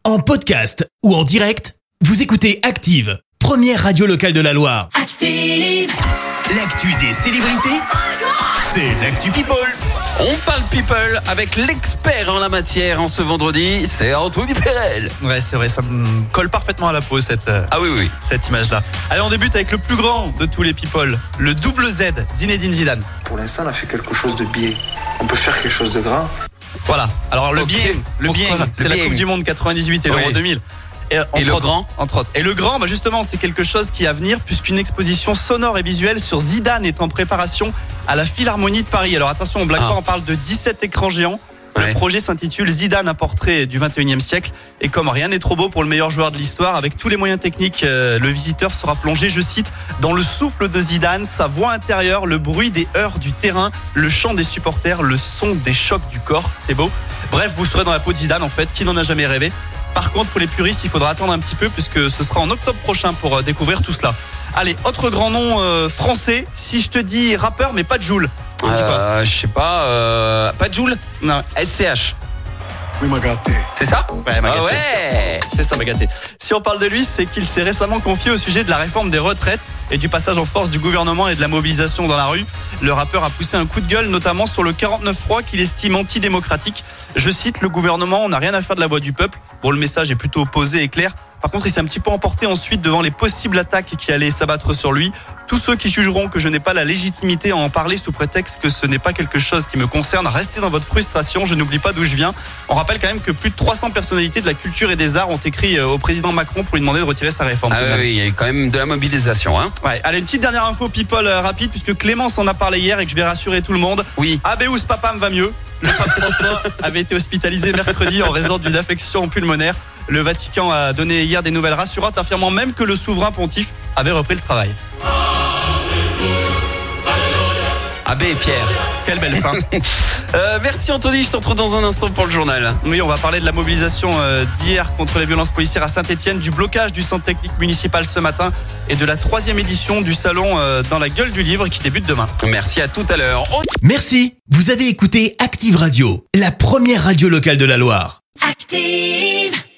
En podcast ou en direct, vous écoutez Active, première radio locale de la Loire. Active. L'actu des célébrités, c'est l'actu People. On parle people avec l'expert en la matière en ce vendredi, c'est Anthony Perel. Ouais, c'est vrai, ça me colle parfaitement à la peau cette image-là. Allez, on débute avec le plus grand de tous les people, le double Z, Zinedine Zidane. Pour l'instant, on a fait quelque chose de biais. On peut faire quelque chose de grand. Voilà. Alors le Ok. bien, c'est Le la bien. Coupe du Monde 98 et l'Euro Oui. 2000. Et le grand ? Entre autres. Et le grand, justement, c'est quelque chose qui est à venir puisqu'une exposition sonore et visuelle sur Zidane est en préparation à la Philharmonie de Paris. Alors attention, on blague pas, on parle de 17 écrans géants. Ouais. Le projet s'intitule Zidane, un portrait du 21e siècle. Et comme rien n'est trop beau pour le meilleur joueur de l'histoire, avec tous les moyens techniques, le visiteur sera plongé, je cite, dans le souffle de Zidane, sa voix intérieure, le bruit des heurts du terrain, le chant des supporters, le son des chocs du corps. C'est beau. Bref, vous serez dans la peau de Zidane, en fait. Qui n'en a jamais rêvé? Par contre, pour les puristes, il faudra attendre un petit peu puisque ce sera en octobre prochain pour découvrir tout cela. Allez, autre grand nom français. Si je te dis rappeur, mais pas de Jul. Tu dis quoi? Je sais pas, pas de Joule? Non. SCH. Oui, m'a gâté. C'est ça? Ouais, Magaté. Ah ouais. C'est ça, Magaté. Si on parle de lui, c'est qu'il s'est récemment confié au sujet de la réforme des retraites et du passage en force du gouvernement et de la mobilisation dans la rue. Le rappeur a poussé un coup de gueule, notamment sur le 49.3 qu'il estime antidémocratique. Je cite, le gouvernement, on n'a rien à faire de la voix du peuple. Bon, le message est plutôt posé et clair. Par contre, il s'est un petit peu emporté ensuite devant les possibles attaques qui allaient s'abattre sur lui. Tous ceux qui jugeront que je n'ai pas la légitimité à en parler sous prétexte que ce n'est pas quelque chose qui me concerne, restez dans votre frustration, je n'oublie pas d'où je viens. On rappelle quand même que plus de 300 personnalités de la culture et des arts ont écrit au président Macron pour lui demander de retirer sa réforme. Ah oui, il y a quand même de la mobilisation, hein. Ouais. Allez, une petite dernière info people rapide puisque Clémence en a parlé hier et que je vais rassurer tout le monde. Oui. Abéous papa me va mieux. Le pape François avait été hospitalisé mercredi en raison d'une affection pulmonaire. Le Vatican a donné hier des nouvelles rassurantes, affirmant même que le souverain pontife avait repris le travail. Abbé et Pierre. Quelle belle fin. Merci Anthony, je te retrouve dans un instant pour le journal. Oui, on va parler de la mobilisation d'hier contre les violences policières à Saint-Etienne, du blocage du centre technique municipal ce matin et de la 3e édition du salon dans la gueule du livre qui débute demain. Merci, à tout à l'heure. Merci, vous avez écouté Active Radio, la première radio locale de la Loire. Active.